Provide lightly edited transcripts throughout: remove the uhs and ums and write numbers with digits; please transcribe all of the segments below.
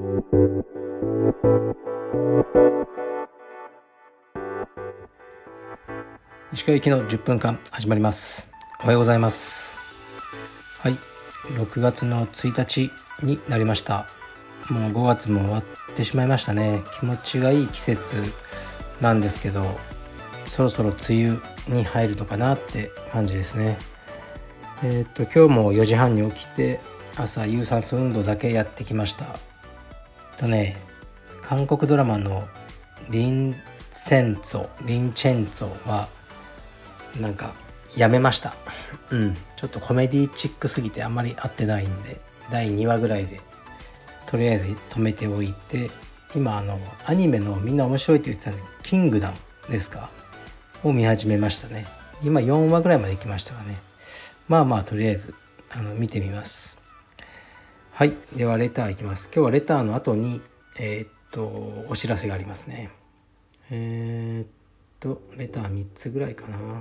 石川行きの10分間始まります。おはようございます。はい、6月の1日になりました。もう5月も終わってしまいましたね。気持ちがいい季節なんですけど、そろそろ梅雨に入るのかなって感じですね。今日も4時半に起きて朝有酸素運動だけやってきました。韓国ドラマのリンチェンツォはなんかやめました。ちょっとコメディチックすぎてあんまり合ってないんで、第2話ぐらいでとりあえず止めておいて、今アニメのみんな面白いって言ってたんで、キングダムですかを見始めましたね。今4話ぐらいまで行きましたかね。まあとりあえず見てみます。はい、ではレターいきます。今日はレターの後にお知らせがありますね。レター3つぐらいかな。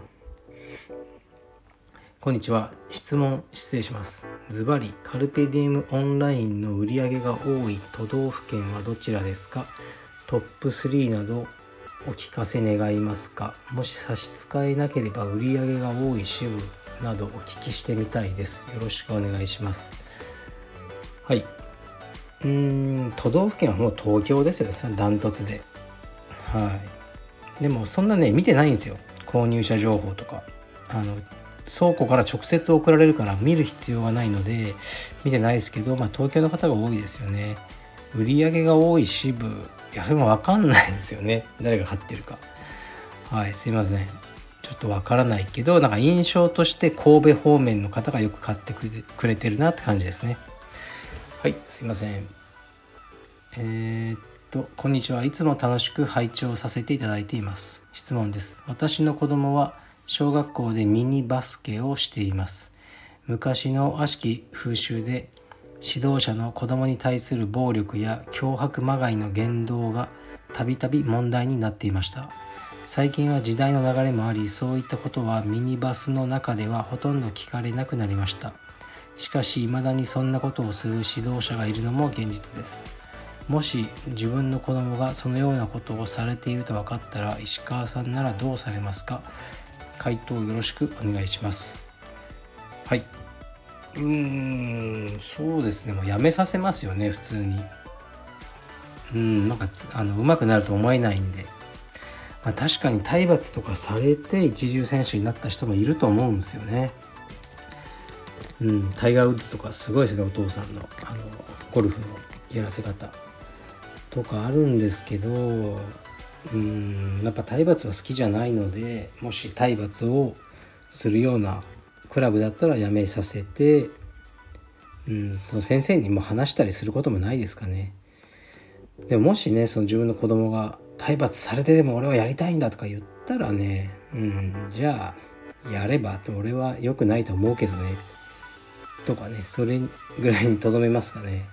こんにちは。質問失礼します。ズバリカルペディウムオンラインの売上が多い都道府県はどちらですか？トップ3などお聞かせ願いますか？もし差し支えなければ売上が多い支部などお聞きしてみたいです。よろしくお願いします。はい。都道府県はもう東京ですよね。ダントツで。はい。でもそんな見てないんですよ。購入者情報とか。倉庫から直接送られるから見る必要はないので見てないですけど、東京の方が多いですよね。売上が多い支部、それも分かんないですよね。誰が買ってるか。はい、すいません。ちょっと分からないけど、印象として神戸方面の方がよく買ってくれてるなって感じですね。はい、すいません。こんにちは。いつも楽しく拝聴させていただいています。質問です。私の子供は小学校でミニバスケをしています。昔の悪しき風習で指導者の子供に対する暴力や脅迫まがいの言動がたびたび問題になっていました。最近は時代の流れもあり、そういったことはミニバスの中ではほとんど聞かれなくなりました。しかし未だにそんなことをする指導者がいるのも現実です。もし自分の子供がそのようなことをされていると分かったら、石川さんならどうされますか？回答よろしくお願いします。はい。そうですね。もうやめさせますよね、普通に。うまくなると思えないんで。確かに体罰とかされて一流選手になった人もいると思うんですよね。タイガー・ウッズとかすごいですね。お父さんのゴルフのやらせ方とかあるんですけど、やっぱ体罰は好きじゃないので、もし体罰をするようなクラブだったらやめさせて、その先生にも話したりすることもないですかね。でももしね、その自分の子供が体罰されてでも俺はやりたいんだとか言ったらね、じゃあやればって、俺は良くないと思うけどねとかね、それぐらいにとどめますかね。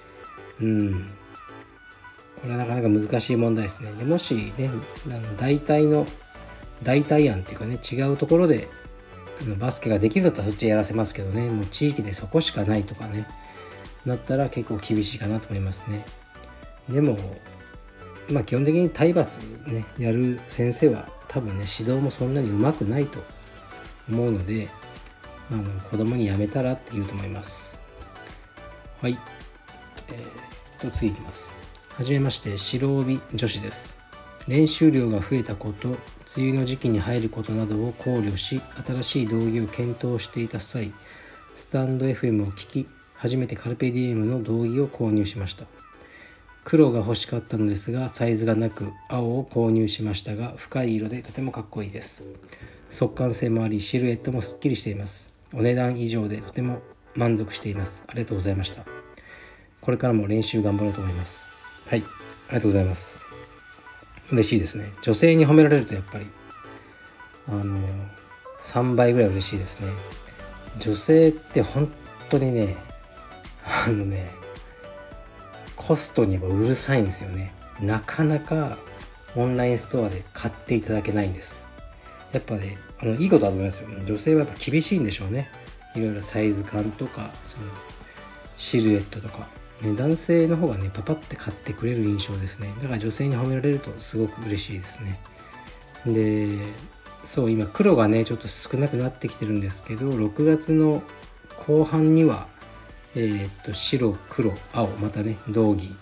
これはなかなか難しい問題ですね。でもしね、代替案っていうかね、違うところでバスケができるんだったらそっちやらせますけどね、もう地域でそこしかないとかね、なったら結構厳しいかなと思いますね。でも基本的に体罰ねやる先生は多分ね、指導もそんなに上手くないと思うので、子供にやめたらって言うと思います。はい。次いきます。はじめまして、白帯女子です。練習量が増えたこと、梅雨の時期に入ることなどを考慮し、新しい道着を検討していた際、スタンド FM を聞き、初めてカルペディエムの道着を購入しました。黒が欲しかったのですが、サイズがなく青を購入しましたが、深い色でとてもかっこいいです。速乾性もあり、シルエットもすっきりしています。お値段以上でとても満足しています。ありがとうございました。これからも練習頑張ろうと思います。はい、ありがとうございます。嬉しいですね。女性に褒められるとやっぱり3倍ぐらい嬉しいですね。女性って本当にね、コストにはうるさいんですよね。なかなかオンラインストアで買っていただけないんです。やっぱね、いいことだと思いますよ。女性はやっぱ厳しいんでしょうね。いろいろサイズ感とか、そのシルエットとか、 男性の方がねパパって買ってくれる印象ですね。だから女性に褒められるとすごく嬉しいですね。でそう今黒がねちょっと少なくなってきてるんですけど、6月の後半には白黒青またね道着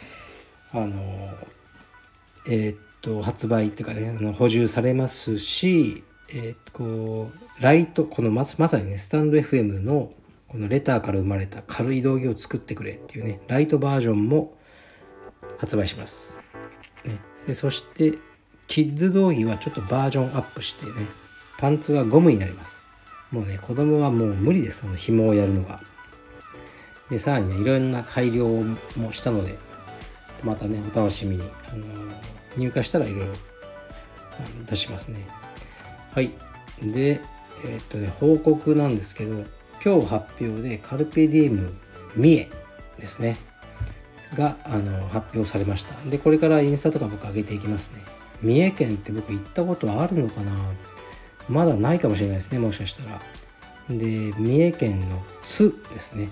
発売っていうかね補充されますし、ライトこのまさにねスタンド FM のこのレターから生まれた軽い道着を作ってくれっていうねライトバージョンも発売します、ね、でそしてキッズ道着はちょっとバージョンアップしてねパンツがゴムになります。もうね子供はもう無理です、その紐をやるのが。でさらにねいろんな改良もしたのでまたねお楽しみに、入荷したらいろいろ出しますね。はい。で報告なんですけど、今日発表でカルペディエム三重ですねが発表されました。でこれからインスタとか僕上げていきますね。三重県って僕行ったことあるのかな、まだないかもしれないですね、もしかしたら。で三重県の津ですね、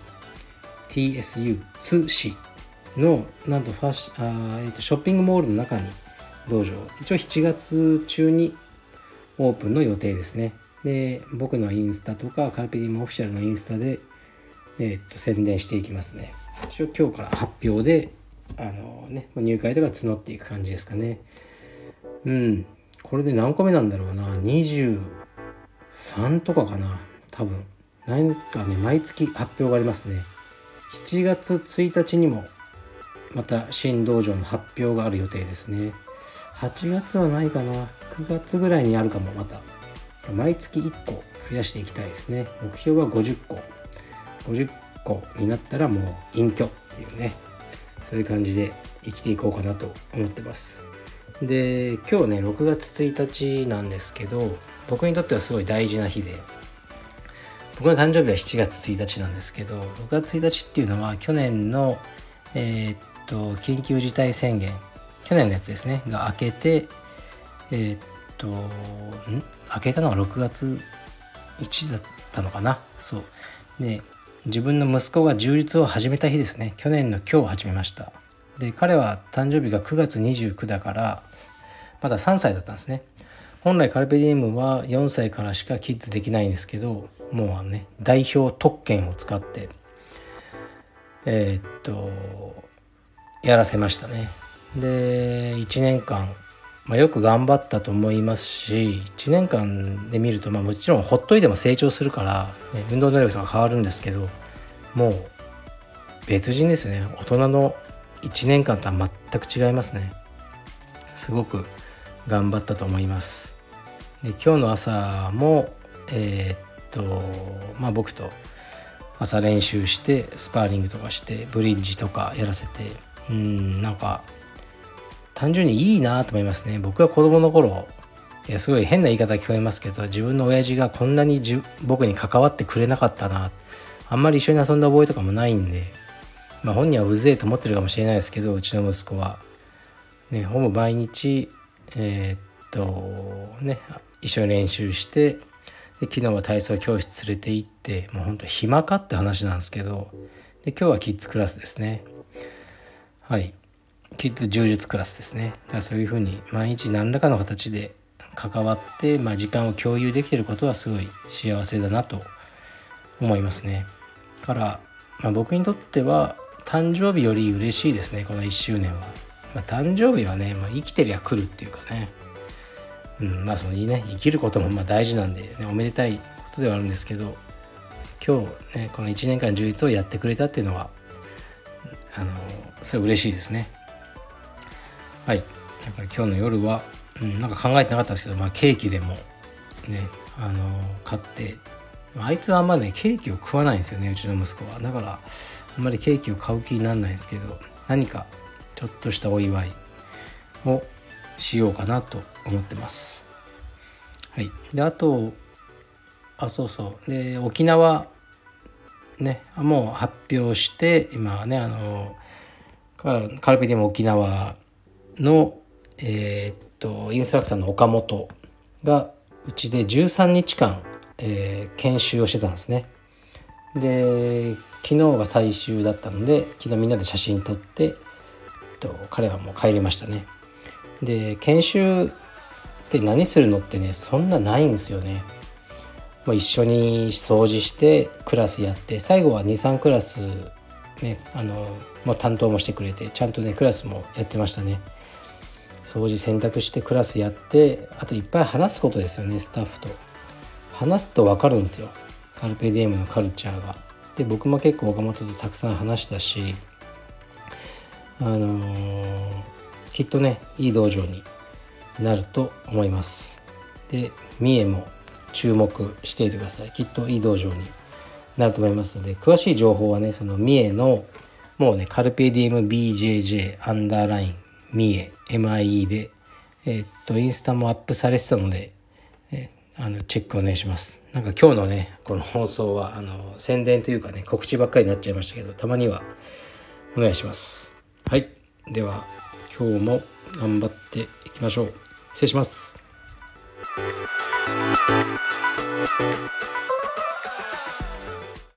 TSU 津市のなんとショッピングモールの中に道場、一応7月中にオープンの予定ですね。で僕のインスタとかカルペディエムオフィシャルのインスタで、宣伝していきますね。一応今日から発表で入会とか募っていく感じですかね。これで何個目なんだろうな、23とかかな多分。何かね毎月発表がありますね。7月1日にもまた新道場の発表がある予定ですね。8月はないかな、9月ぐらいにあるかも。また毎月1個増やしていきたいですね。目標は50個になったらもう隠居っていうね、そういう感じで生きていこうかなと思ってます。で今日ね6月1日なんですけど、僕にとってはすごい大事な日で、僕の誕生日は7月1日なんですけど、6月1日っていうのは去年の緊急事態宣言、去年のやつですねが明けて、明けたのは6月1だったのかな。そうで自分の息子が充実を始めた日ですね。去年の今日始めました。で彼は誕生日が9月29だからまだ3歳だったんですね。本来カルペディエムは4歳からしかキッズできないんですけど、もうね代表特権を使ってやらせましたね。で1年間、よく頑張ったと思いますし、1年間で見ると、もちろんほっといても成長するから、運動能力とか変わるんですけど、もう別人ですね。大人の1年間とは全く違いますね。すごく頑張ったと思います。で今日の朝も僕と朝練習してスパーリングとかしてブリッジとかやらせて、なんか単純にいいなと思いますね。僕が子供の頃、すごい変な言い方聞こえますけど、自分の親父がこんなに僕に関わってくれなかったな、あんまり一緒に遊んだ覚えとかもないんで、本人はうぜえと思ってるかもしれないですけど、うちの息子はねほぼ毎日一緒に練習して、で昨日は体操教室連れて行って、もうほんと暇かって話なんですけど、で今日はキッズクラスですね。はい、キッズ柔術クラスですね。だからそういうふうに毎日何らかの形で関わって、時間を共有できていることはすごい幸せだなと思いますね。から、僕にとっては誕生日より嬉しいですね、この1周年は。誕生日はね、生きてりゃ来るっていうかね、その生きることも大事なんで、ね、おめでたいことではあるんですけど、今日ねこの1年間充実をやってくれたっていうのはすごい嬉しいですね。はい。だから今日の夜は、なんか考えてなかったんですけど、ケーキでもね買って、あいつはあんまねケーキを食わないんですよね、うちの息子は。だからあんまりケーキを買う気にならないんですけど、何かちょっとしたお祝いをしようかなと思ってます。はい。であとで沖縄ねもう発表して、今はねカルペディエム沖縄のインストラクターの岡本がうちで13日間、研修をしてたんですね。 で昨日が最終だったので、昨日みんなで写真撮って、彼はもう帰りましたね。で研修って何するのってね、そんなないんですよね。もう一緒に掃除してクラスやって、最後は 2,3 クラスね、もう担当もしてくれて、ちゃんとねクラスもやってましたね。掃除洗濯してクラスやって、あといっぱい話すことですよね。スタッフと話すと分かるんですよ、カルペディエムのカルチャーが。で僕も結構岡本とたくさん話したし、きっとねいい道場になると思います。で三重も注目していてください。きっといい道場になると思いますので、詳しい情報はね、その三重のもうねカルペディエム BJJ アンダーライン三重 MIE でインスタもアップされてたので、チェックお願いします。なんか今日のねこの放送は宣伝というかね告知ばっかりになっちゃいましたけど、たまにはお願いします。はい、では今日も頑張っていきましょう。失礼します。